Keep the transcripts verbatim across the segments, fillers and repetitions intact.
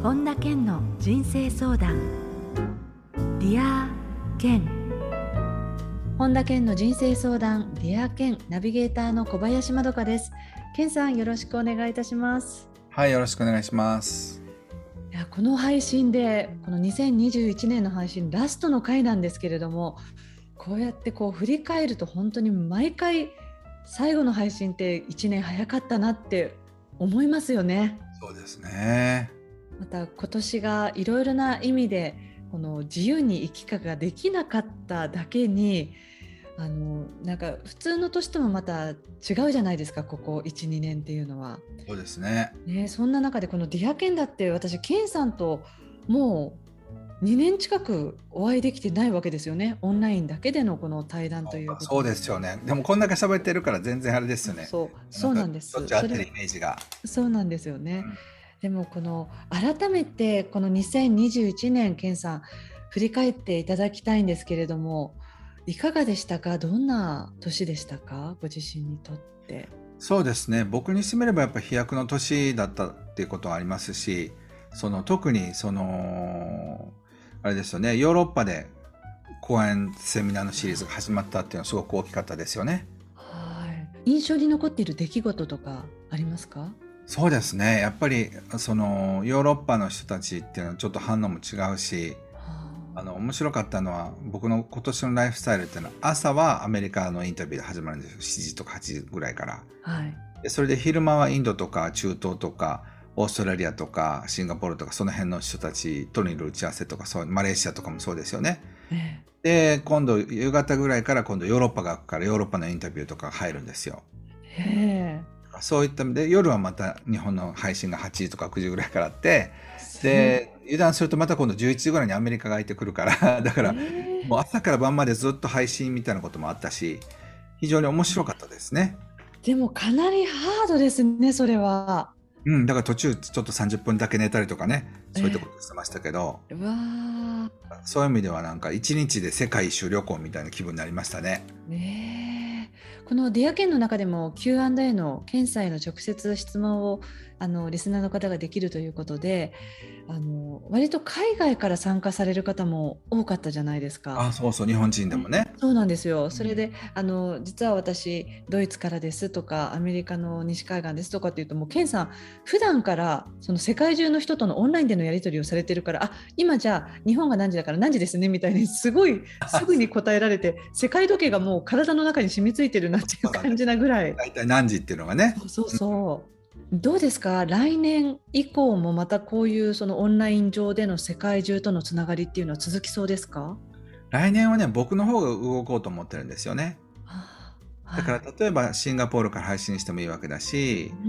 本田健の人生相談。ディア健。本田健の人生相談、ディア健、ナビゲーターの小林まどかです。健さん、よろしくお願いいたします。 はい、よろしくお願いします。 いや、この配信で、このにせんにじゅういちねんの配信ラストの回なんですけれども、こうやってこう振り返ると本当に毎回最後の配信っていちねん早かったなって思いますよね。 そうですね。 また今年がいろいろな意味でこの自由に生き方ができなかっただけに、あのなんか普通の年ともまた違うじゃないですか、ここ いちにねんっていうのは。 そうですね。 ね、そんな中でこのディアケンだって、私ケンさんともうにねん近くお会いできてないわけですよね。オンラインだけでのこの対談ということ。 そうですよね。でもこんだけ喋ってるから全然あれですよね。 そうそうなんです。 どっち合ってるイメージが。 そうなんですよね。 うんでもこの改めてこのにせんにじゅういちねん、ケンさん振り返っていただきたいんですけれども、いかがでしたか？どんな年でしたか、ご自身にとって。 そうですね。僕にしてみればやっぱ飛躍の年だったっていうことはありますし、その特にそのあれですよね、ヨーロッパで講演セミナーのシリーズが始まったっていうのはすごく大きかったですよね。 はい。印象に残っている出来事とかありますか？ そうですね。やっぱりそのヨーロッパの人たちっていうのはちょっと反応も違うし、あの面白かったのは、僕の今年のライフスタイルっていうのは、朝はアメリカのインタビューで始まるんですよ。しちじとかはちじぐらいから。 はい。 でそれで昼間はインドとか中東とかオーストラリアとかシンガポールとかその辺の人たちとのいろいろ打ち合わせとか、そうマレーシアとかもそうですよね。 えで今度夕方ぐらいから今度ヨーロッパがからヨーロッパのインタビューとか入るんですよ。 ええそういった意味で夜はまた日本の配信がはちじとかくじぐらいからあって、 えで油断するとまた今度じゅういちじぐらいにアメリカが空いてくるからだからええもう朝から晩までずっと配信みたいなこともあったし、非常に面白かったですね。 でもかなりハードですね、それは。 うん、だから途中ちょっとさんじゅっぷんだけ寝たりとかね、そういったことしてましたけど、 うわーそういう意味ではなんか一日で世界一周旅行みたいな気分になりましたね。 ねえ、このディアケンの中でも キューアンドエー のケンさんへの直接質問をあのリスナーの方ができるということで、あの割と海外から参加される方も多かったじゃないですか。 あ、そうそう、日本人でもね。 そうなんですよ。 うん、 それであの実は私ドイツからですとかアメリカの西海岸ですとかっていうと、もうケンさん普段からその世界中の人とのオンラインでのやり取りをされてるから、あ、今じゃあ日本が何時だから何時ですねみたいにすごいすぐに答えられて、世界時計がもう体の中に染みついてるなっていう感じなぐらい。 大体何時っていうのがね。 そうそうそう。どうですか、来年以降もまたこういうそのオンライン上での世界中とのつながりっていうのは続きそうですか？ 来年はね、僕の方が動こうと思ってるんですよね。 はあ、 だかはい。 ら例えばシンガポールから配信してもいいわけだし、 うん、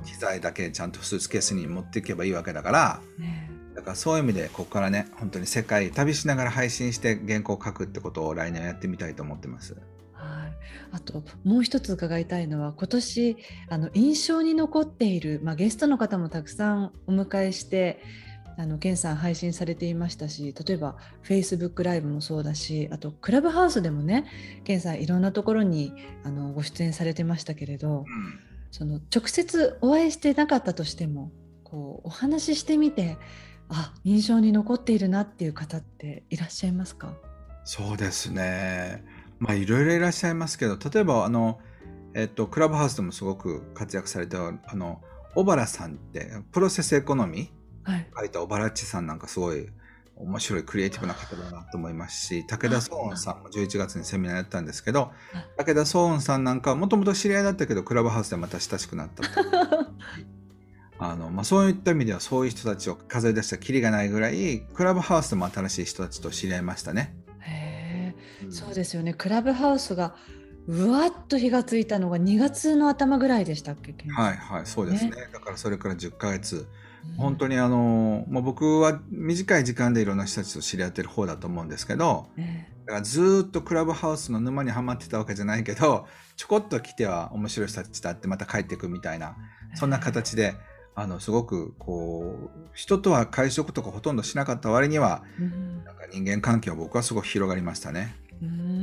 機材だけちゃんとスーツケースに持っていけばいいわけだから、 ねだからそういう意味でここからね、本当に世界旅しながら配信して原稿を書くってことを来年はやってみたいと思ってます。 はい。あともう一つ伺いたいのは、今年あの印象に残っている、まあ、ゲストの方もたくさんお迎えして、あのケンさん配信されていましたし、例えば Facebook ライブもそうだし、あとクラブハウスでもね、ケンさんいろんなところにあのご出演されてましたけれど、 うん。 その直接お会いしてなかったとしても、こうお話ししてみて、あ、印象に残っているなっていう方っていらっしゃいますか？ そうですね。まあいろいろいらっしゃいますけど、例えばあの、えっと、クラブハウスでもすごく活躍されたあの、小原さんって、プロセスエコノミはい。 ー書いた小原っちさんなんかすごい面白いクリエイティブな方だなと思いますし、武田壮雲さんもじゅういちがつにセミナーやったんですけど、武田壮雲さんなんかはもともと知り合いだったけど、クラブハウスでまた親しくなったと。あの、まあ、そういった意味ではそういう人たちを数え出したらキリがないぐらい、クラブハウスでも新しい人たちと知り合いましたね。 へえ、 うん、 そうですよね。クラブハウスがうわっと火がついたのがにがつの頭ぐらいでしたっけ、ケンさはいはい、そうん。 ですね。 ね。 だからそれからじゅっかげつ、 うん、 本当にあの、まあ、僕は短い時間でいろんな人たちと知り合ってる方だと思うんですけど、 ね。 だからずーっとクラブハウスの沼にはまってたわけじゃないけど、ちょこっと来ては面白い人たちと会ってまた帰っていくみたいな、そんな形で、あの、すごくこう、人とは会食とかほとんどしなかった割には、 うん、 なんか人間関係は僕はすごく広がりましたね。 うん、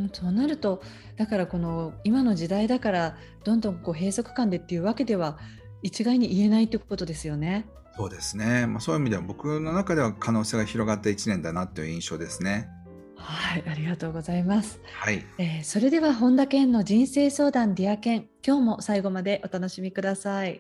そうなると、だからこの今の時代だからどんどんこう閉塞感でっていうわけでは一概に言えないということですよね。 そうですね、まあ、そういう意味では僕の中では可能性が広がったいちねんだなという印象ですね。 はい、ありがとうございます。 はい、 えーそれでは本田健の人生相談ディア健、今日も最後までお楽しみください。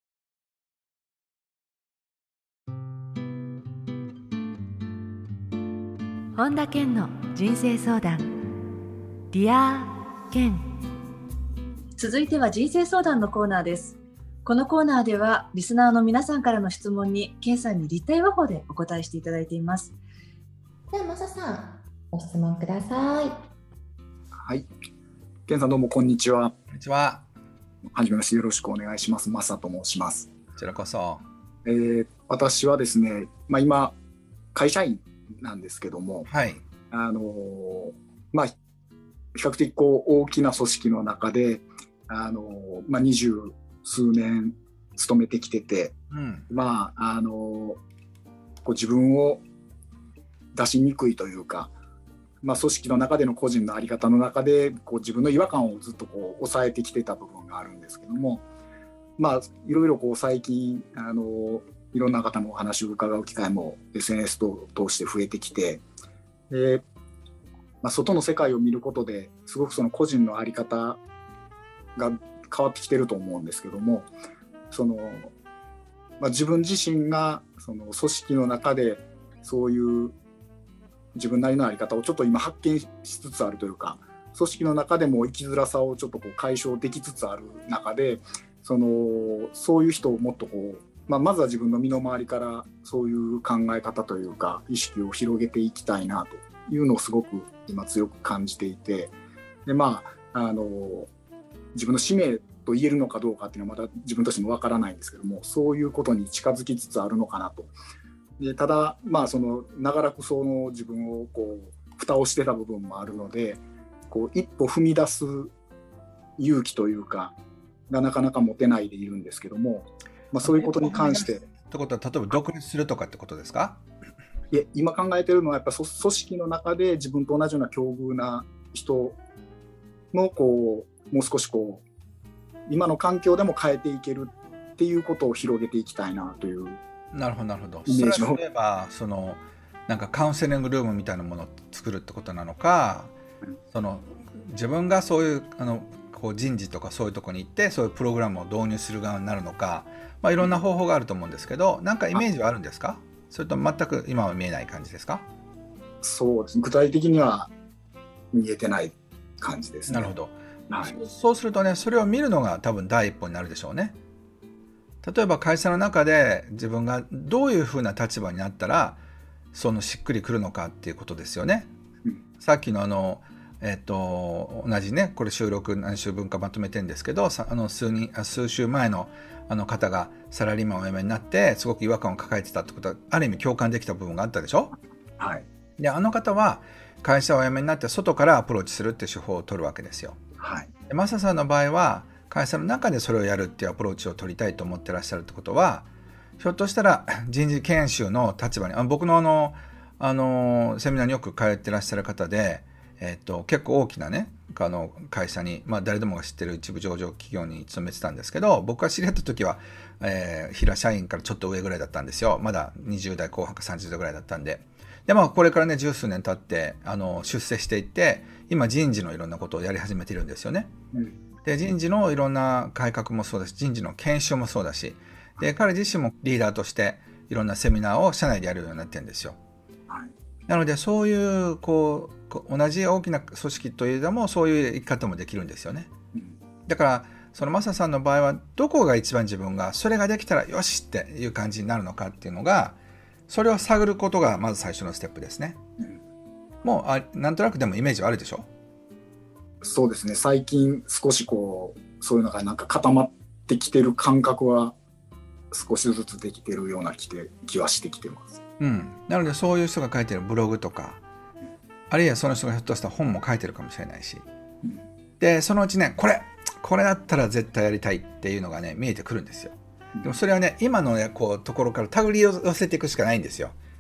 本田健の人生相談ディア健。続いては人生相談のコーナーです。このコーナーではリスナーの皆さんからの質問に健さんに立体話法でお答えしていただいています。 ではマサさん、ご質問ください。 はい、健さんどうもこんにちは。 こんにちは。 はじめましてよろしくお願いします。マサと申します。 こちらこそ。 えー、私はですね、まあ、今会社員なんですけども、 はい、 あのーまあ比較的こう大きな組織の中で、あのーまあ、二十数年勤めてきてて、 うん、 まああのーこう自分を出しにくいというか、まあ、組織の中での個人の在り方の中でこう自分の違和感をずっとこう抑えてきてた部分があるんですけども、まあいろいろこう最近あのいろんな方のお話を伺う機会も エスエヌエス 等を通して増えてきて、で、まあ、外の世界を見ることですごくその個人の在り方が変わってきてると思うんですけども、その、まあ、自分自身がその組織の中でそういう自分なりの在り方をちょっと今発見しつつあるというか、組織の中でも生きづらさをちょっとこう解消できつつある中で、そのそういう人をもっとこう、まあ、まずは自分の身の回りからそういう考え方というか意識を広げていきたいなというのをすごく今強く感じていて、で、まあ、あの自分の使命と言えるのかどうかっていうのはまだ自分としてもわからないんですけども、そういうことに近づきつつあるのかなと。でただ、まあ、その長らくその自分をこう蓋をしてた部分もあるので、こう一歩踏み出す勇気というかがなかなか持てないでいるんですけども、まあ、そういうことに関して。 ってことは例えば独立するとかってことですか？ いえ、今考えているのはやっぱ組織の中で自分と同じような境遇な人のこうもう少しこう今の環境でも変えていけるっていうことを広げていきたいなという。 なるほどなるほど。 イメージをそれは例えばそのなんかカウンセリングルームみたいなものを作るってことなのか、 うん、 その自分がそういうあのこう人事とかそういうところに行ってそういうプログラムを導入する側になるのか、まあ、いろんな方法があると思うんですけど、なんかイメージはあるんですか？それとも全く今は見えない感じですか？ そうですね、具体的には見えてない感じですね。 なるほど、 はい、 そう、そうするとね、それを見るのが多分第一歩になるでしょうね。例えば会社の中で自分がどういうふうな立場になったらそのしっくりくるのかっていうことですよね。 うん、 さっきのあの、えっと、同じね、これ収録何週分かまとめてるんですけど、あの 数, 人数週前のあの方がサラリーマンをお辞めになってすごく違和感を抱えてたってことはある意味共感できた部分があったでしょ。 はい、 であの方は会社をお辞めになって外からアプローチするっていう手法を取るわけですよ。 はい、 でマサさんの場合は会社の中でそれをやるっていうアプローチを取りたいと思ってらっしゃるってことは、ひょっとしたら人事研修の立場に、あ僕のあのあのセミナーによく通ってらっしゃる方で、えっと、結構大きなねあの会社に、まあ、誰でもが知ってる一部上場企業に勤めてたんですけど、僕が知り合った時は、えー、平社員からちょっと上ぐらいだったんですよ。まだにじゅう代後半かさんじゅう代ぐらいだったんで。で、まあ、これからね十数年経ってあの出世していって今人事のいろんなことをやり始めているんですよね。うん、で人事のいろんな改革もそうだし、人事の研修もそうだし、で彼自身もリーダーとしていろんなセミナーを社内でやるようになってるんですよ。はい、なのでそういうこう同じ大きな組織といえどもそういう生き方もできるんですよね。うん、だからそのマサさんの場合はどこが一番自分がそれができたらよしっていう感じになるのかっていうのが、それを探ることがまず最初のステップですね。うん、もうあなんとなくでもイメージはあるでしょ？ そうですね、最近少しこうそういうのがなんか固まってきてる感覚は少しずつできてるような気で気はしてきてます。 うん、なのでそういう人が書いてるブログとか、うん、あるいはその人がひょっとしたら本も書いてるかもしれないし、うん、でそのうちねこれこれだったら絶対やりたいっていうのがね見えてくるんですよ。でもそれはね今の、ね、こうところから手繰り寄せていくしかないんですよ。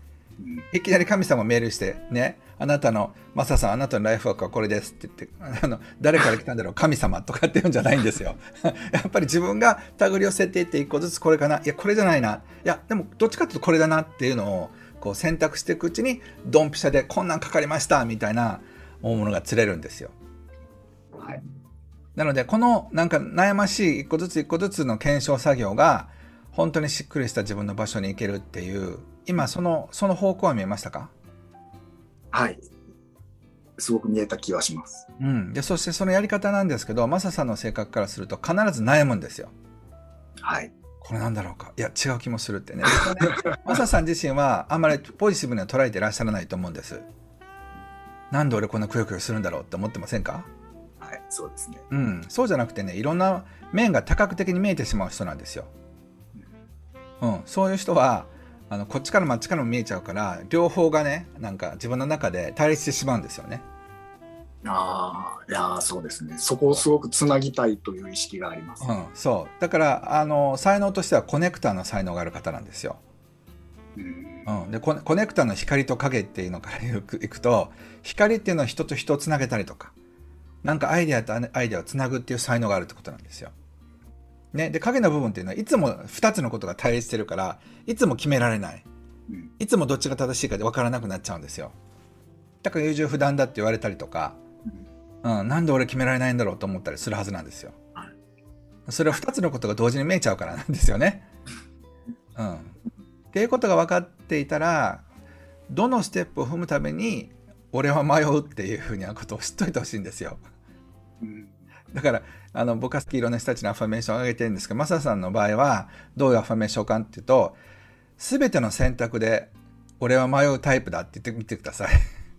いきなり神様メールしてね、あなたのマサさん、あなたのライフワークはこれですって言って、あの誰から来たんだろう、神様とかって言うんじゃないんですよやっぱり自分が手繰り寄せていって一個ずつこれかな、いやこれじゃないな、いやでもどっちかというとこれだなっていうのをこう選択していくうちに、ドンピシャでこんなんかかりましたみたいな大物が釣れるんですよ。 はい、 なのでこのなんか悩ましい一個ずつ一個ずつの検証作業が本当にしっくりした自分の場所に行けるっていう、今そのその方向は見えましたか？ はい、すごく見えた気はします。 うん、でそしてそのやり方なんですけど、マサさんの性格からすると必ず悩むんですよ。 はい。 これなんだろうか、いや違う気もするってね。マサさん自身はあんまりポジティブには捉えていらっしゃらないと思うんです。なんで俺こんなくよくよするんだろうって思ってませんか？ はい、そうですね。 うん、そうじゃなくてね、いろんな面が多角的に見えてしまう人なんですよ。うん、そういう人はあのこっちからもあっちからも見えちゃうから、両方がねなんか自分の中で対立してしまうんですよね。 ああ、いやそうですね。そこをすごくつなぎたいという意識があります。 うん、そうだからあの才能としてはコネクターの才能がある方なんですよ。 うんうん、でコネ、コネクターの光と影っていうのからいく、いくと、光っていうのは人と人をつなげたりとか、なんかアイデアとアイデアをつなぐっていう才能があるってことなんですよ。ね、で影の部分っていうのはいつもふたつのことが対立してるから、いつも決められない、いつもどっちが正しいかで分からなくなっちゃうんですよ。だから優柔不断だって言われたりとか、うん、なんで俺決められないんだろうと思ったりするはずなんですよ。それはふたつのことが同時に見えちゃうからなんですよね。うん、っていうことが分かっていたら、どのステップを踏むために俺は迷うっていうふうなことを知っといてほしいんですよ。だからあの僕は好きいろんな人たちのアファメーションを上げてるんですけど、マサさんの場合はどういうアファメーションかっていうと、全ての選択で俺は迷うタイプだって言ってみてください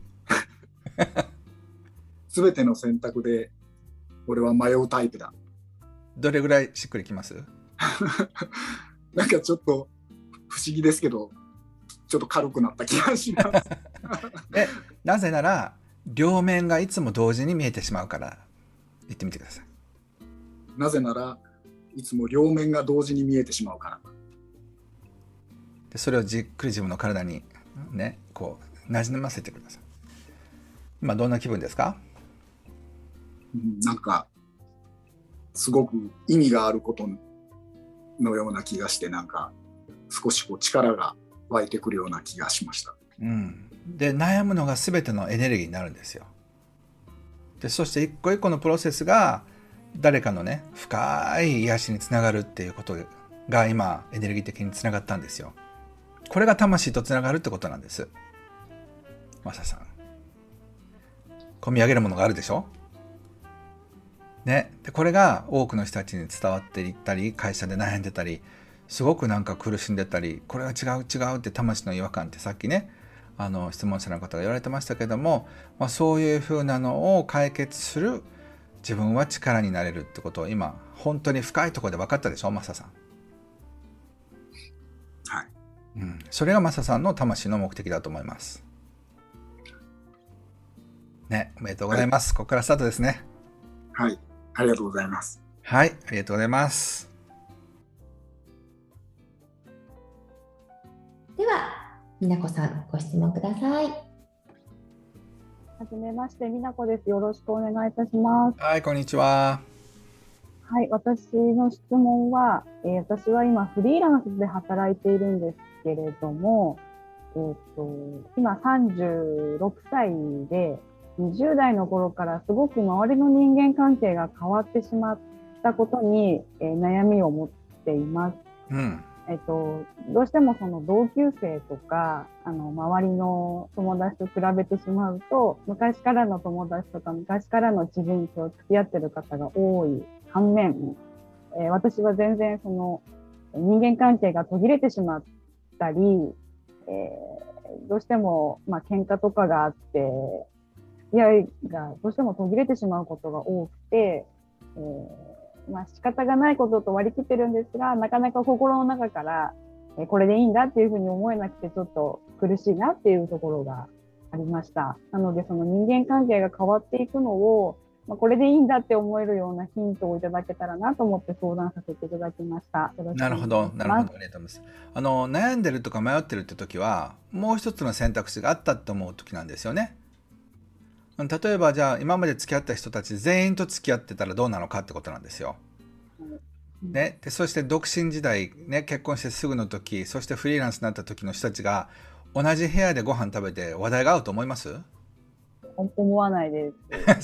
全ての選択で俺は迷うタイプだ。 どれぐらいしっくりきます？ なんかちょっと不思議ですけど、ちょっと軽くなった気がしますえなぜなら両面がいつも同時に見えてしまうから。言ってみてください。 なぜならいつも両面が同時に見えてしまうから。 でそれをじっくり自分の体にねこうなじませてください。今どんな気分ですか？ うん、なんかすごく意味があることのような気がして、なんか少しこう力が湧いてくるような気がしました。 うん、で悩むのが全てのエネルギーになるんですよ。でそして一個一個のプロセスが誰かのね深い癒しにつながるっていうことが今エネルギー的につながったんですよ。これが魂とつながるってことなんです。マサさん、込み上げるものがあるでしょね。でこれが多くの人たちに伝わっていったり、会社で悩んでたり、すごくなんか苦しんでたり、これは違う違うって魂の違和感ってさっきねあの質問者の方が言われてましたけども、まあ、そういうふうなのを解決する自分は力になれるってことを今本当に深いところで分かったでしょマサさん。 はい、 うん、それがマサさんの魂の目的だと思いますね。おめでとうございます、はい、ここからスタートですね。 はい、ありがとうございます。 はい、ありがとうございます。 では美奈子さん、ご質問ください。 はじめまして、美奈子です。よろしくお願いいたします。 はい、こんにちは。 はい、私の質問は、えー、私は今フリーランスで働いているんですけれども、えー、と今さんじゅうろくさいで、にじゅう代の頃からすごく周りの人間関係が変わってしまったことに、えー、悩みを持っています。 うんえっと、どうしてもその同級生とかあの周りの友達と比べてしまうと、昔からの友達とか昔からの知人と付き合ってる方が多い反面、えー、私は全然その人間関係が途切れてしまったり、えー、どうしてもまあ喧嘩とかがあって付き合いがどうしても途切れてしまうことが多くて、えーまあ仕方がないことと割り切ってるんですが、なかなか心の中からえこれでいいんだっていうふうに思えなくて、ちょっと苦しいなっていうところがありました。なのでその人間関係が変わっていくのをまあ、これでいいんだって思えるようなヒントをいただけたらなと思って相談させていただきました。よろしくお願いします。 なるほど、なるほど、ありがとうございます。あの悩んでるとか迷ってるって時はもう一つの選択肢があったって思う時なんですよね。例えばじゃあ今まで付き合った人たち全員と付き合ってたらどうなのかってことなんですよ。ね、でそして独身時代、ね、結婚してすぐの時、そしてフリーランスになった時の人たちが同じ部屋でご飯食べて話題が合うと思います？ 思わないです。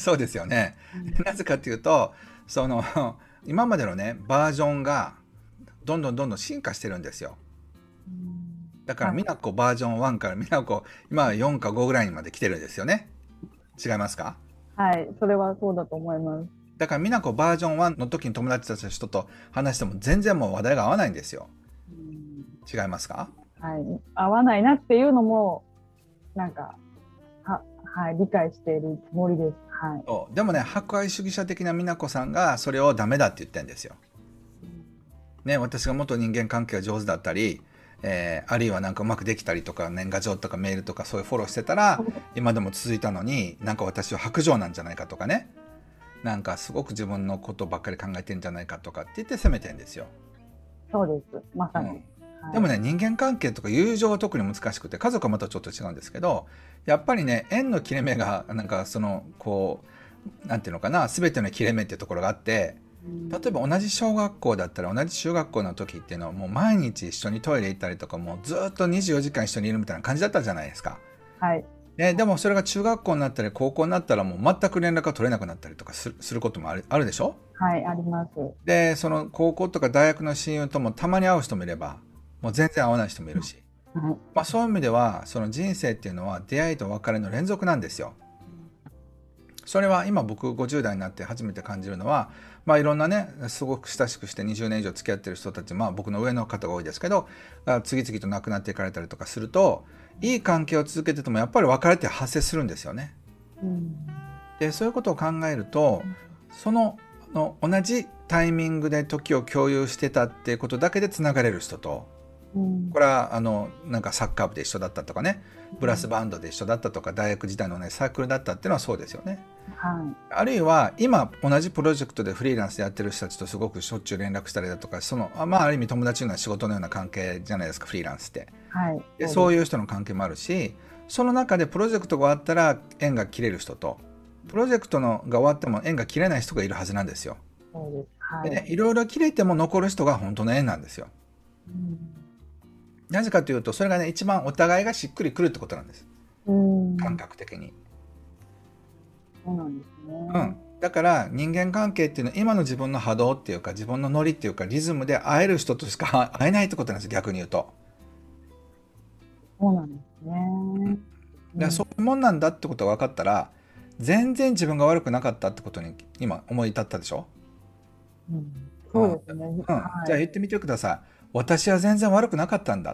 そうですよね。なぜかというと、その今までのねバージョンがどんどんどんどん進化してるんですよ。だから美奈子バージョンワンから美奈子今はよんかごぐらいにまで来てるんですよね。違いますか？ はい、それはそうだと思います。 だから美奈子バージョンワンの時に友達たちの人と話しても全然もう話題が合わないんですよ。違いますか？ はい、合わないなっていうのもなんかは、はい、理解しているつもりです。はい、 そうでもね、博愛主義者的な美奈子さんがそれをダメだって言ってるんですよ。ね、私が元人間関係が上手だったり、えー、あるいはなんかうまくできたりとか年賀状とかメールとかそういうフォローしてたら今でも続いたのに、なんか私は薄情なんじゃないかとかね、なんかすごく自分のことばっかり考えてんじゃないかとかって言って責めてんですよ。 そうです、まさに。うんはい、でもね、人間関係とか友情は特に難しくて、家族はまたちょっと違うんですけど、やっぱりね縁の切れ目がなんかそのこうなんていうのかな、全ての切れ目っていうところがあって、例えば同じ小学校だったら同じ中学校の時っていうのはもう毎日一緒にトイレ行ったりとか、もうずっとにじゅうよじかん一緒にいるみたいな感じだったじゃないですか。 はい。 ね、でもそれが中学校になったり高校になったらもう全く連絡が取れなくなったりとかす る, することもあ る, あるでしょ。 はい、あります。 でその高校とか大学の親友ともたまに会う人もいればもう全然会わない人もいるし、 はい、 まあ、そういう意味ではその人生っていうのは出会いと別れの連続なんですよ。それは今僕ごじゅう代になって初めて感じるのは、まあ、いろんなねすごく親しくしてにじゅうねん以上付き合ってる人たち、まあ、僕の上の方が多いですけど次々と亡くなっていかれたりとかすると、いい関係を続けててもやっぱり別れって発生するんですよね。うん、でそういうことを考えると、そのの同じタイミングで時を共有してたっていうことだけでつながれる人と、うん、これはあのなんかサッカー部で一緒だったとかね、ブラスバンドで一緒だったとか、大学時代の、ね、サークルだったっていうのはそうですよね。はい、あるいは今同じプロジェクトでフリーランスでやってる人たちとすごくしょっちゅう連絡したりだとか、そのまあ、ある意味友達のような仕事のような関係じゃないですか、フリーランスって。はい、でそういう人の関係もあるし、その中でプロジェクトが終わったら縁が切れる人と、プロジェクトのが終わっても縁が切れない人がいるはずなんですよ。そうです、はい、でね、いろいろ切れても残る人が本当の縁なんですよ。うん、なぜかというとそれがね一番お互いがしっくりくるってことなんです。うん、感覚的に。 そうなんですね。 うん、だから人間関係っていうのは今の自分の波動っていうか自分のノリっていうかリズムで会える人としか会えないってことなんです、逆に言うと。 そうなんですね。 うん、だからそういうもんなんだってことが分かったら全然自分が悪くなかったってことに今思い至ったでしょ。 うん、そうですね。うん、 はい、じゃあ言ってみてください。私は全然悪くなかったんだって。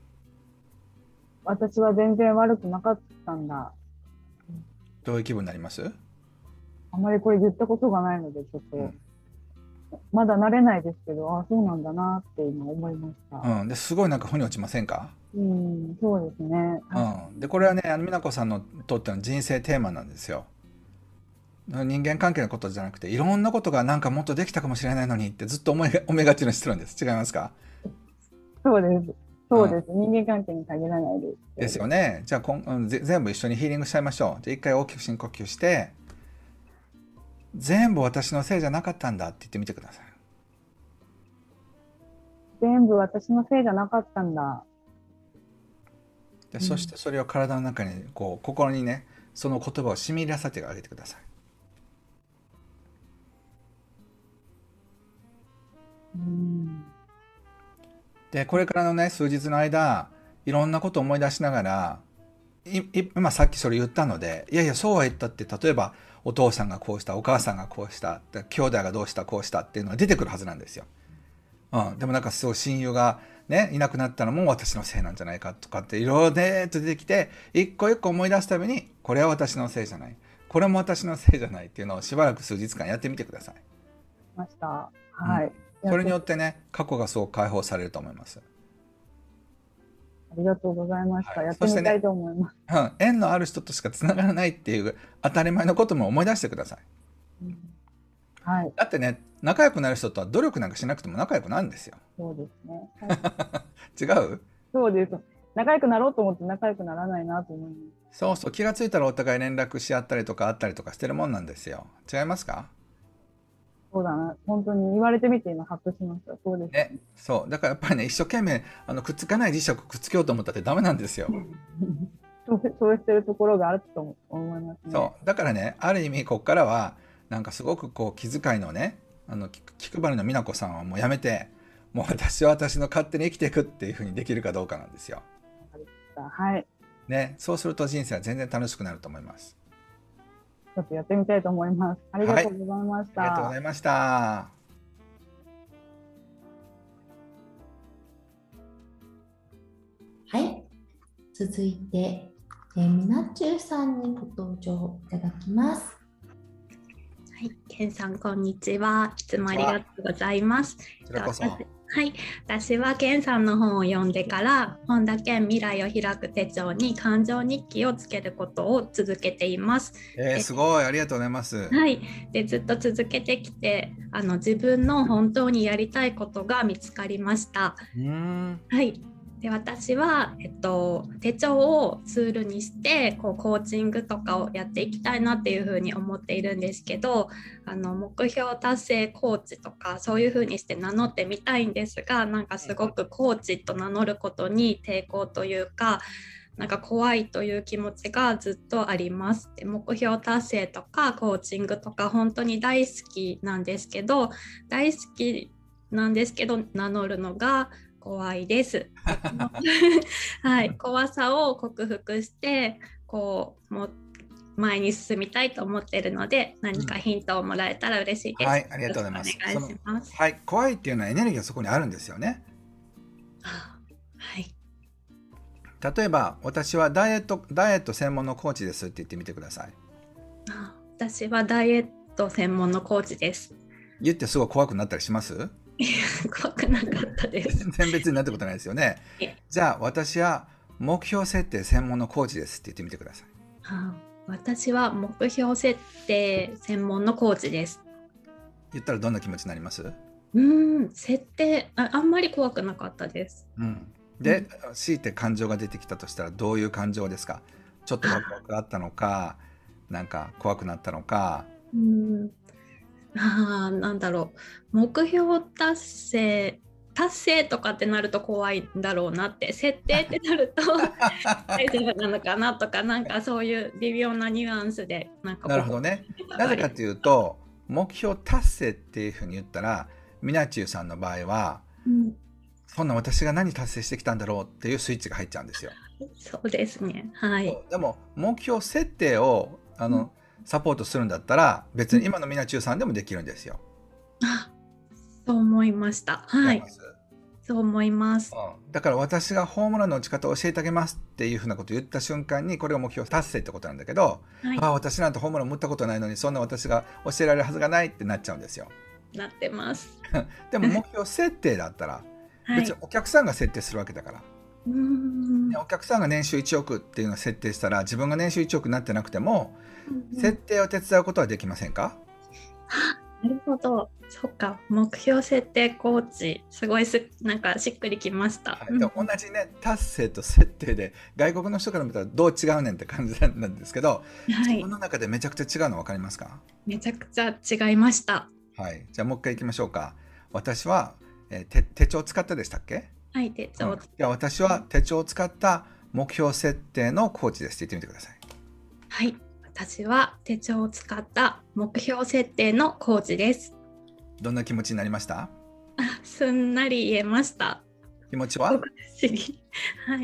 私は全然悪くなかったんだ。 どういう気分になります？ あまりこれ言ったことがないのでちょっと、うん、まだ慣れないですけど、あ、そうなんだなって今思いました。 うん、ですごいなんか腑に落ちませんか？ うん、そうですね。 うん、でこれはね、あの美奈子さんのとっての人生テーマなんですよ。人間関係のことじゃなくていろんなことがなんかもっとできたかもしれないのにってずっと思い思いがちにしてるんです。違いますか？ そうです。そうです、うん、人間関係に限らないです。 ですよね。じゃあこん、うん、全部一緒にヒーリングしちゃいましょう。じゃあ一回大きく深呼吸して全部私のせいじゃなかったんだって言ってみてください。 全部私のせいじゃなかったんだ。 で、うん、そしてそれを体の中にこう心にねその言葉を染み入らせてあげてください。うん、でこれからのね数日の間いろんなことを思い出しながら今さっきそれ言ったので、いやいやそうは言ったって、例えばお父さんがこうした、お母さんがこうした、兄弟がどうしたこうしたっていうのが出てくるはずなんですよ。うん、でもなんかすごい親友がねいなくなったのも私のせいなんじゃないかとかっていろいろねと出てきて、一個一個思い出すためにこれは私のせいじゃない、これも私のせいじゃないっていうのをしばらく数日間やってみてください。 ました。はい。 うん、それによってね過去がすごく解放されると思います。 ありがとうございました。はい、やってみたいと思います。 ね、うん、縁のある人としかつながらないっていう当たり前のことも思い出してください。 はい。 だってね、仲良くなる人とは努力なんかしなくても仲良くなるんですよ。 そうですね。は違う？ い、そうです。仲良くなろうと思って仲良くならないなと思います。 そうそう、気がついたらお互い連絡し合ったりとかあったりとかしてるもんなんですよ。違いますか？ そうだな。本当に言われてみて今ハッとしました。そうですね。そう。だからやっぱりね、一生懸命あのくっつかない磁石くっつけようと思ったってダメなんですよ。 そうそうしてるところがあると思いますね。 そう。だからね、ある意味ここからはなんかすごくこう気遣いのね、あの気気配りの美奈子さんはもうやめて、もう私は私の勝手に生きていくっていうふうにできるかどうかなんですよ。 はい。 ね。そうすると人生は全然楽しくなると思います。 ちょっとやってみたいと思います。ありがとうございました。 はい、ありがとうございました。 はい。続いて、えー、みなっちゅうさんにご登場いただきます。 はい、けんさんこんにちは。いつもありがとうございます。 こちらこそ。 はい、私はけんさんの本を読んでから本田健未来を開く手帳に感情日記をつけることを続けています。 えー、すごい、ありがとうございます。 はい、でずっと続けてきてあの自分の本当にやりたいことが見つかりました。 うーん、 はい。で私は、えっと、手帳をツールにしてこうコーチングとかをやっていきたいなっていうふうに思っているんですけど、あの目標達成コーチとかそういうふうにして名乗ってみたいんですが、なんかすごくコーチと名乗ることに抵抗というか、なんか怖いという気持ちがずっとあります。で目標達成とかコーチングとか本当に大好きなんですけど大好きなんですけど名乗るのが怖いです。はい、怖さを克服してこうもう前に進みたいと思っているので、何かヒントをもらえたら嬉しいです。 はい、ありがとうございます。 お願いします。 はい、怖いっていうのはエネルギーがそこにあるんですよね。 はい。 例えば私はダイエットダイエット専門のコーチですって言ってみてください。 あ、私はダイエット専門のコーチです。 言ってすごい怖くなったりします？ 怖くなかったです。 全然別になったことないですよね。じゃあ私は目標設定専門のコーチですって言ってみてください。 はあ、私は目標設定専門のコーチです。 言ったらどんな気持ちになります？ うーん、設定 あ, あんまり怖くなかったです。 うん、で、うん、強いて感情が出てきたとしたらどういう感情ですか？ちょっとワクワクあったのか、なんか怖くなったのか。 うーん、あ、なんだろう、目標達成達成とかってなると怖いんだろうなって、設定ってなると大丈夫なのかなとか、なんかそういう微妙なニュアンスでなんか。 なるほどね。なぜかというと目標達成っていうふうに言ったらみなちゅうさんの場合は、うん、そんな私が何達成してきたんだろうっていうスイッチが入っちゃうんですよ。 そうですね、はい。 でも目標設定をあの、うんサポートするんだったら別に今のみなちゅうさんでもできるんですよ。 あ、そう思いました。はい。そう思います。 うん、だから私がホームランの打ち方を教えてあげますっていうふうなことを言った瞬間にこれが目標達成ってことなんだけど、はい、ああ私なんてホームラン打ったことないのにそんな私が教えられるはずがないってなっちゃうんですよ。 なってます。 でも目標設定だったら別にお客さんが設定するわけだから。はい、うーん、お客さんが年収いちおくっていうのを設定したら自分が年収いちおくになってなくても設定を手伝うことはできませんか？ なるほど、そっか、目標設定コーチすごいすなんかしっくりきました。 はい、でも同じね達成と設定で外国の人から見たらどう違うねんって感じなんですけど、はい、自分の中でめちゃくちゃ違うの分かりますか？ めちゃくちゃ違いました。 はい、じゃあもう一回いきましょうか。私は、えー、手, 手帳を使ったでしたっけ？ はい、手帳を使った、 うん、じゃあ私は手帳を使った目標設定のコーチですって言ってみてください。 はい、私は手帳を使った目標設定のコーチです。 どんな気持ちになりました？ あ、すんなり言えました。 気持ちは？ はい。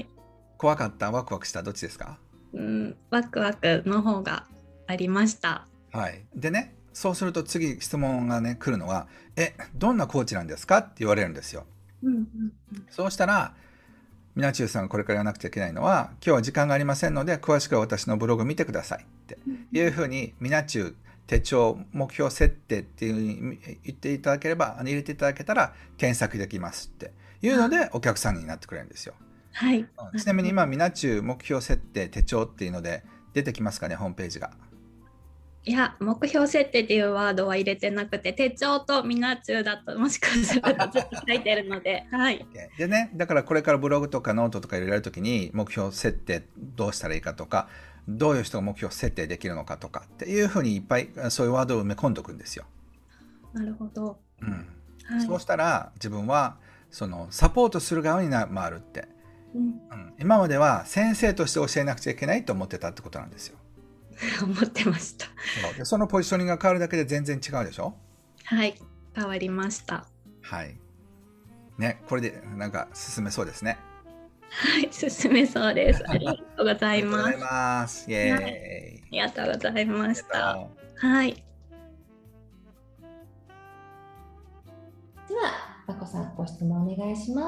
怖かった、ワクワクした、どっちですか？ うん、ワクワクの方がありました。 はい。でね、そうすると次質問がね来るのは、え、どんなコーチなんですかって言われるんですよ。うんうんうん、そうしたらみなちゅうさんがこれからやらなくちゃいけないのは、今日は時間がありませんので詳しくは私のブログ見てくださいっていうふうに、みなちゅう手帳目標設定っていうふうに言っていただければ、入れていただけたら検索できますっていうのでお客さんになってくれるんですよ。 はい。 ちなみに今みなちゅう目標設定手帳っていうので出てきますかね、ホームページが。 いや、目標設定っていうワードは入れてなくて、手帳とミナチューだともしかするとずっと書いてるので、はい。 でね、だからこれからブログとかノートとか入れられるときに目標設定どうしたらいいかとか、どういう人が目標設定できるのかとかっていうふうにいっぱいそういうワードを埋め込んでおくんですよ。 なるほど。 うん。 はい、 そうしたら自分はそのサポートする側にな回るって、 うんうん、今までは先生として教えなくちゃいけないと思ってたってことなんですよ。 思ってました。 そうでそのポジショニングが変わるだけで全然違うでしょ。 はい、変わりました。 はいね、これでなんか進めそうですね。 はい、進めそうです。ありがとうございます。 ありがとうございます。イエーイ、 はい、ありがとうございました。はい。 では、まこさん、ご質問お願いします。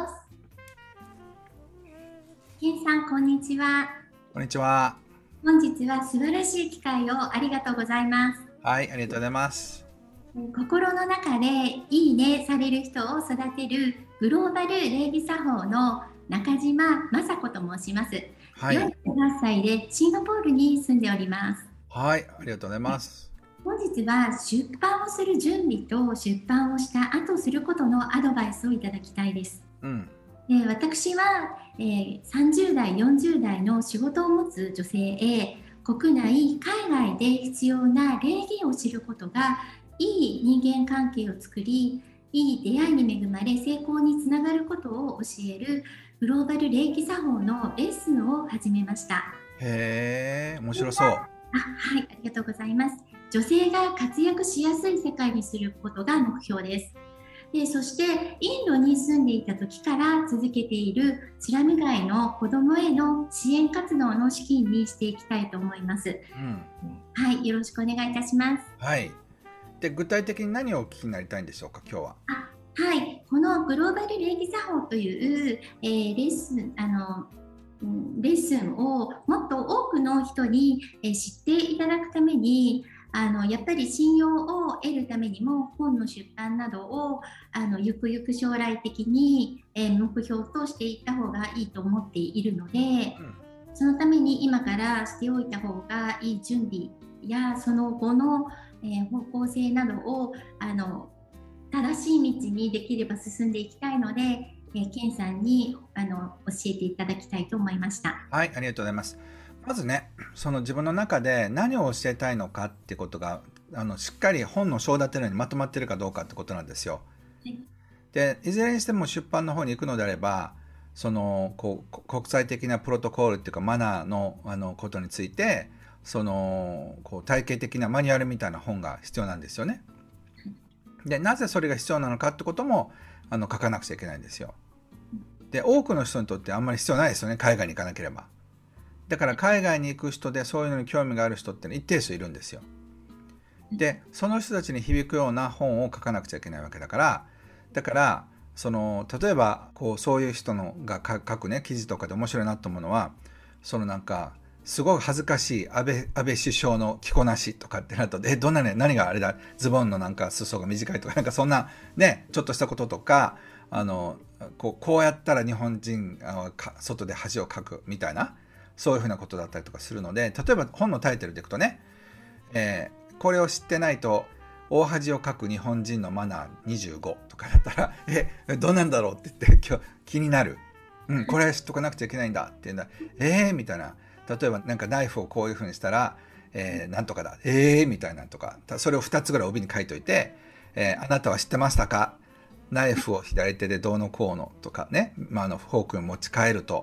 ケンさん、こんにちは。 こんにちは。 本日は素晴らしい機会をありがとうございます。 はい、ありがとうございます。 心の中でいいねされる人を育てるグローバル礼儀作法の中島雅子と申します。はい、よんじゅうはっさいでシンガポールに住んでおります。 はい、ありがとうございます。 本日は出版をする準備と出版をした後することのアドバイスをいただきたいです。 うん、 で私は、えー、さんじゅうだいよんじゅうだいの仕事を持つ女性へ国内海外で必要な礼儀を知ることがいい人間関係を作り、いい出会いに恵まれ成功につながることを教えるグローバル礼儀作法のレッスンを始めました。 へー、面白そう。あ、 はい、ありがとうございます。女性が活躍しやすい世界にすることが目標です。でそしてインドに住んでいた時から続けているスラム街の子どもへの支援活動の資金にしていきたいと思います。うん、はい、よろしくお願いいたします。 はい。で具体的に何をお聞きになりたいんでしょうか、今日は。 あ、はい、このグローバル礼儀作法という、えー、レッスンあのレッスンをもっと多くの人に、えー、知っていただくために、あのやっぱり信用を得るためにも本の出版などをあのゆくゆく将来的に、えー、目標としていった方がいいと思っているので、うん、そのために今からしておいた方がいい準備やその後の、えー、方向性などをあの正しい道にできれば進んでいきたいので、えー、ケンさんにあの教えていただきたいと思いました。 はい、ありがとうございます。まずね、その自分の中で何を教えたいのかってことがあのしっかり本の章立てのようにまとまっているかどうかってことなんですよ。はい、でいずれにしても出版の方に行くのであれば、そのこう国際的なプロトコールっていうかマナーの、あのことについてそのこう体系的なマニュアルみたいな本が必要なんですよね。でなぜそれが必要なのかってこともあの書かなくちゃいけないんですよ。で多くの人にとってあんまり必要ないですよね、海外に行かなければ。だから海外に行く人でそういうのに興味がある人って一定数いるんですよ。でその人たちに響くような本を書かなくちゃいけないわけだから、だからその例えばこうそういう人のが書くね記事とかで面白いなと思うのは、そのなんかすごい恥ずかしい安倍、安倍首相の着こなしとかってなると、えどんなね何があれだ、ズボンのなんか裾が短いとかなんかそんなねちょっとしたこととか、あのこう、こうやったら日本人あ外で恥をかくみたいな、そういうふうなことだったりとかするので、例えば本のタイトルでいくとね、えー、これを知ってないと大恥をかく日本人のマナーにじゅうごとかだったら、えどうなんだろうって言って今日気になる、うん、これ知っとかなくちゃいけないんだっていうんだ、えーみたいな、例えばなんかナイフをこういうふうにしたら、えー、なんとかだ、えーみたいなとか、それをふたつぐらい帯に書いといて、えー、あなたは知ってましたか、ナイフを左手でどうのこうのとかね、まあ、あのフォークに持ち帰ると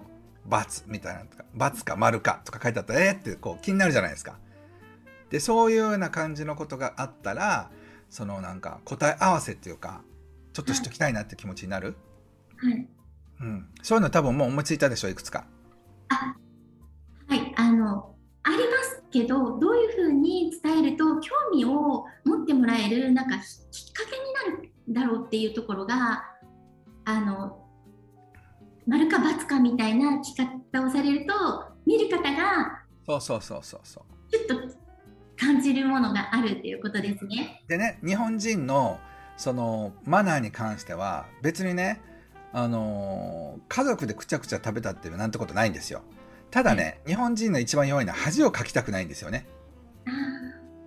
×みたいなとか、×か丸かとか書いてあったらえーってこう気になるじゃないですか。でそういうような感じのことがあったら、そのなんか答え合わせっていうか、ちょっと知っときたいなって気持ちになる、 はいうん、そういうの多分もう思いついたでしょ、いくつか。 あ、はい、あのありますけど、どういうふうに伝えると興味を持ってもらえるなんかきっかけになるんだろうっていうところが、あの丸か×かみたいな聞き方をされると、見る方がそうそうそうそうそうちょっと感じるものがあるっていうことですね。 でね、日本人のそのマナーに関しては別にね、あのー、家族でくちゃくちゃ食べたっていうなんてことないんですよ。ただね、はい、日本人の一番弱いのは恥をかきたくないんですよね。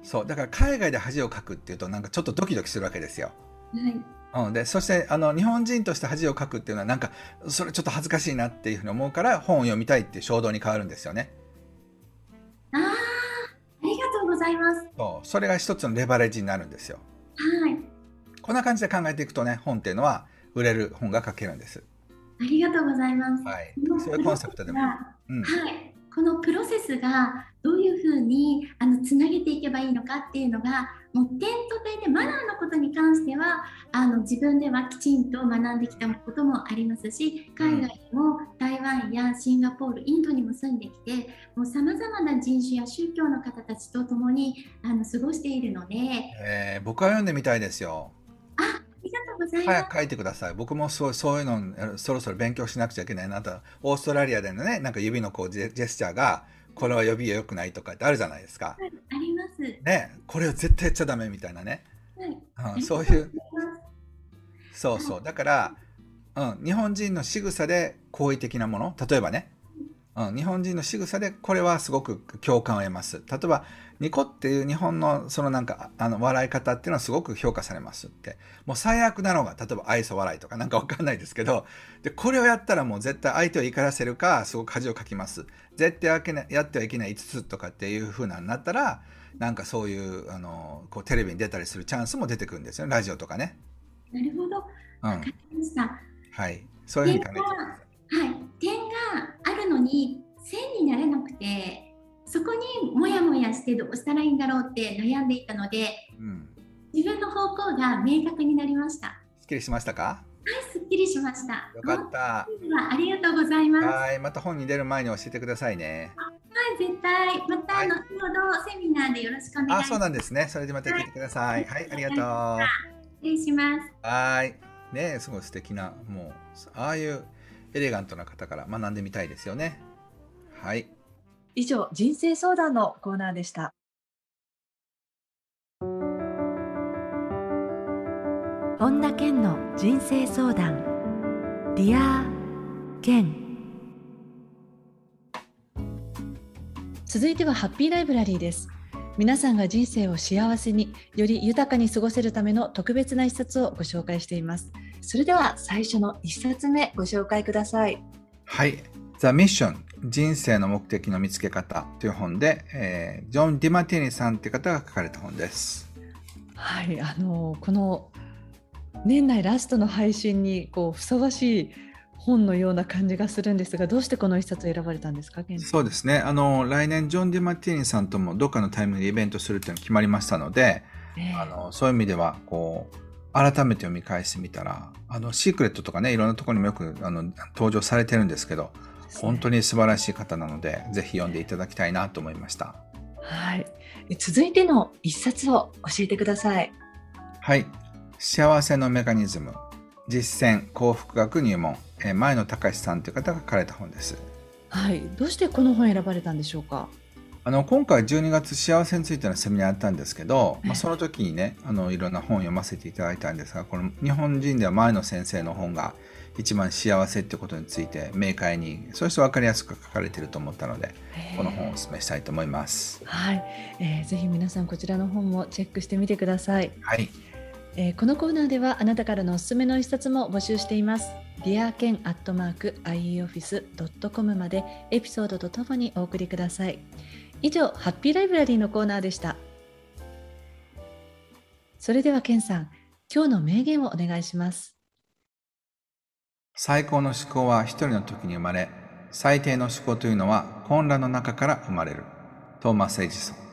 そうだから海外で恥をかくっていうとなんかちょっとドキドキするわけですよ。 はい。 うん、でそしてあの日本人として恥をかくっていうのはなんかそれちょっと恥ずかしいなっていうふうに思うから本を読みたいっていう衝動に変わるんですよね。 ああ、ありがとうございます。 そうそれが一つのレバレッジになるんですよ。 はい。 こんな感じで考えていくとね本っていうのは売れる本が書けるんです。 ありがとうございます。 はい、 このそういうコンセプトでも、うん、 はい、このプロセスがどういうふうにあのつなげていけばいいのかっていうのがもう点と点でマナーのことに関してはあの自分ではきちんと学んできたこともありますし、海外にも台湾やシンガポール、インドにも住んできてもうさまざまな人種や宗教の方たちと共にあの過ごしているので、 えー、僕は読んでみたいですよ。 あ、ありがとうございます。 早く書いてください。僕もそう、そういうのそろそろ勉強しなくちゃいけないなと。オーストラリアでのねなんか指のこうジェジェスチャーがこれは指が良くないとかってあるじゃないですか。 はい、あります。 ね、これを絶対やっちゃダメみたいなね。 はい、 うん、そういうそうそうだから、うん、日本人の仕草で好意的なもの、例えばね、うん、日本人の仕草でこれはすごく共感を得ます。例えばニコっていう日本のそのなんかあの笑い方っていうのはすごく評価されますって。もう最悪なのが例えば愛想笑いとかなんかわかんないですけど、でこれをやったらもう絶対相手を怒らせるかすごく恥をかきます。絶対やってはいけないいつつとかっていう風なになったらなんかそういうあのこうテレビに出たりするチャンスも出てくるんですよね、ラジオとかね。 なるほど、 うん、 わかりました。 はい、そういうふうに考えてください。 はい、点があるのに線になれなくてそこにもやもやしてどうしたらいいんだろうって悩んでいたので、うん、自分の方向が明確になりました。 すっきりしましたか？ はい、すっきりしました。 よかった。 ありがとうございます。 はい、また本に出る前に教えてくださいね。 はい、絶対。また後ほどセミナーでよろしくお願いします。 あ、そうなんですね。それでまた聞いてください。はい、はい、ありがとう。失礼します。 はい。ね、すごい素敵な、もうああいうエレガントな方から学んでみたいですよね。はい。 以上、人生相談のコーナーでした。本田健の人生相談。ディア健。続いてはハッピーライブラリーです。皆さんが人生を幸せにより豊かに過ごせるための特別な一冊をご紹介しています。それでは最初の一冊目ご紹介ください。 はい、The Mission 人生の目的の見つけ方という本で、えー、ジョン・ディマティーニさんという方が書かれた本です。 はい、あのこの年内ラストの配信にこうふさわしい本のような感じがするんですが、どうしてこの一冊を選ばれたんですか？ そうですね、あの来年ジョン・ディマティーニさんともどっかのタイミングでイベントするというのが決まりましたので、えー、あのそういう意味ではこう改めて読み返してみたら、あのシークレットとかね、いろんなところにもよくあの登場されてるんですけど、本当に素晴らしい方なのでぜひ読んでいただきたいなと思いました。 はい、続いての一冊を教えてください。 はい、幸せのメカニズム実践幸福学入門、前野隆さんという方が書かれた本です。 はい、どうしてこの本を選ばれたんでしょうか？ あの今回じゅうにがつ幸せについてのセミナーやったんですけど、まあ、その時にねあのいろんな本を読ませていただいたんですが、この日本人では前野先生の本が一番幸せってことについて明快にそして分かりやすく書かれていると思ったので、この本をお勧めしたいと思います。 はい、えー、ぜひ皆さんこちらの本もチェックしてみてください。 はい、 えー、このコーナーではあなたからのおすすめの一冊も募集しています。ディアケンアットマーク アイイーオフィスドットコム までエピソードとともにお送りください。以上、ハッピーライブラリーのコーナーでした。それではケンさん、今日の名言をお願いします。 最高の思考は一人の時に生まれ、最低の思考というのは混乱の中から生まれる。トーマス・エジソン。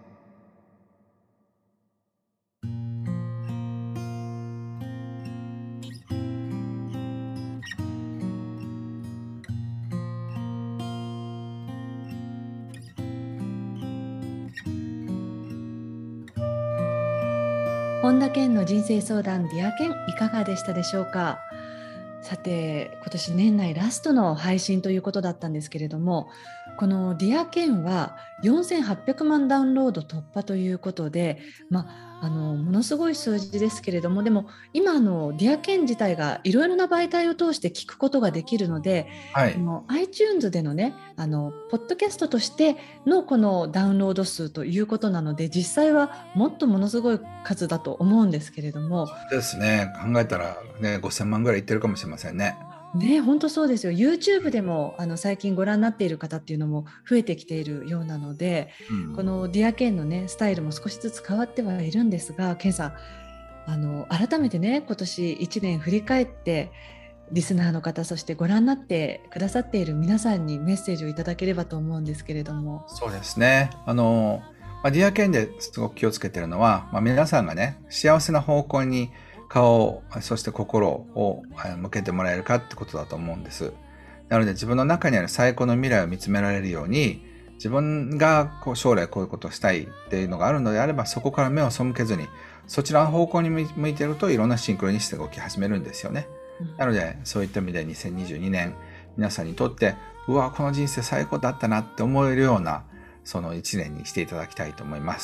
本田健の人生相談ディア健、いかがでしたでしょうか？さて、今年年内ラストの配信ということだったんですけれども、このディア健はよんせんはっぴゃくまんダウンロード突破ということで、まああのものすごい数字ですけれども、でも今のディアケン自体がいろいろな媒体を通して聞くことができるので、 はいあの iTunes でのね、あのポッドキャストとしてのこのダウンロード数ということなので、実際はもっとものすごい数だと思うんですけれども。 ですね。考えたらね、ごせんまんぐらいいってるかもしれませんね。 ね、本当そうですよ。YouTube でもあの最近ご覧になっている方っていうのも増えてきているようなので、 うん、 このディアケンのねスタイルも少しずつ変わってはいるんですが、ケンさん、あの改めてね、今年いちねん振り返ってリスナーの方、そしてご覧になってくださっている皆さんにメッセージをいただければと思うんですけれども。 そうですね。あの、まあ、ディアケンですごく気をつけてるのは、まあ、皆さんがね、幸せな方向に顔を、そして心を向けてもらえるかってことだと思うんです。なので自分の中にある最高の未来を見つめられるように、自分がこう将来こういうことをしたいっていうのがあるのであれば、そこから目を背けずに、そちらの方向に向いているといろんなシンクロニシティが起き始めるんですよね。うん、なのでそういった意味でにせんにじゅうにねん、皆さんにとって、うわ、この人生最高だったなって思えるような、そのいちねんにしていただきたいと思います。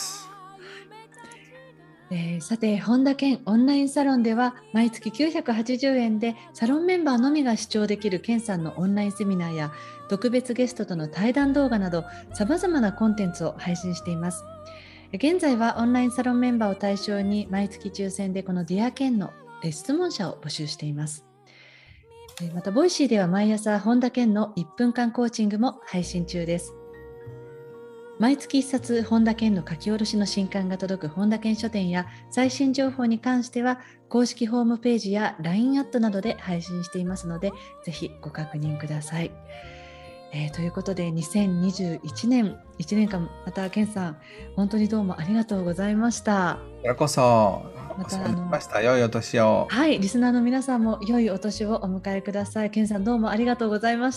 えー、さて、本田健オンラインサロンでは毎月きゅうひゃくはちじゅうえんでサロンメンバーのみが視聴できる健さんのオンラインセミナーや特別ゲストとの対談動画などさまざまなコンテンツを配信しています。現在はオンラインサロンメンバーを対象に毎月抽選でこのディア健の質問者を募集しています。またボイシーでは毎朝本田健のいっぷんかんコーチングも配信中です。毎月一冊本田健の書き下ろしの新刊が届く本田健書店や最新情報に関しては公式ホームページや ライン アットなどで配信していますので、ぜひご確認ください。えー、ということでにせんにじゅういちねんいちねんかん、また健さん本当にどうもありがとうございました。 こちらこそまたお世話になりました。良いお年を。 はい、リスナーの皆さんも良いお年をお迎えください。健さんどうもありがとうございました。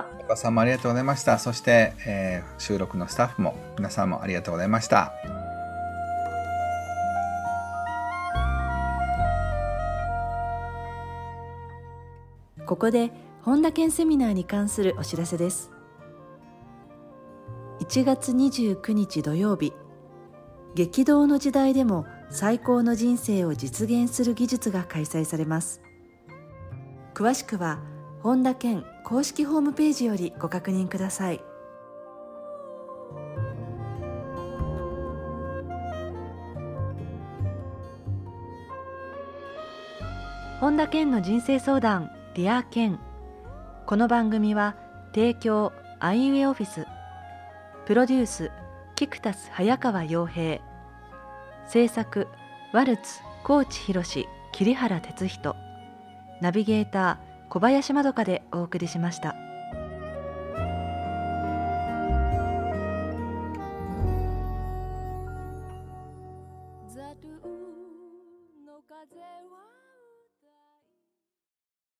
お母さんもありがとうございました。そして、えー、収録のスタッフも皆さんもありがとうございました。 ここで本田健セミナーに関するお知らせです。いちがつにじゅうくにち土曜日、激動の時代でも最高の人生を実現する技術が開催されます。詳しくは本田健公式ホームページよりご確認ください。本田健の人生相談ディア健。この番組は提供アイウェイオフィス、プロデュースキクタス早川洋平、制作ワルツ高知博桐原哲人、ナビゲーター小林まどかでお送りしました。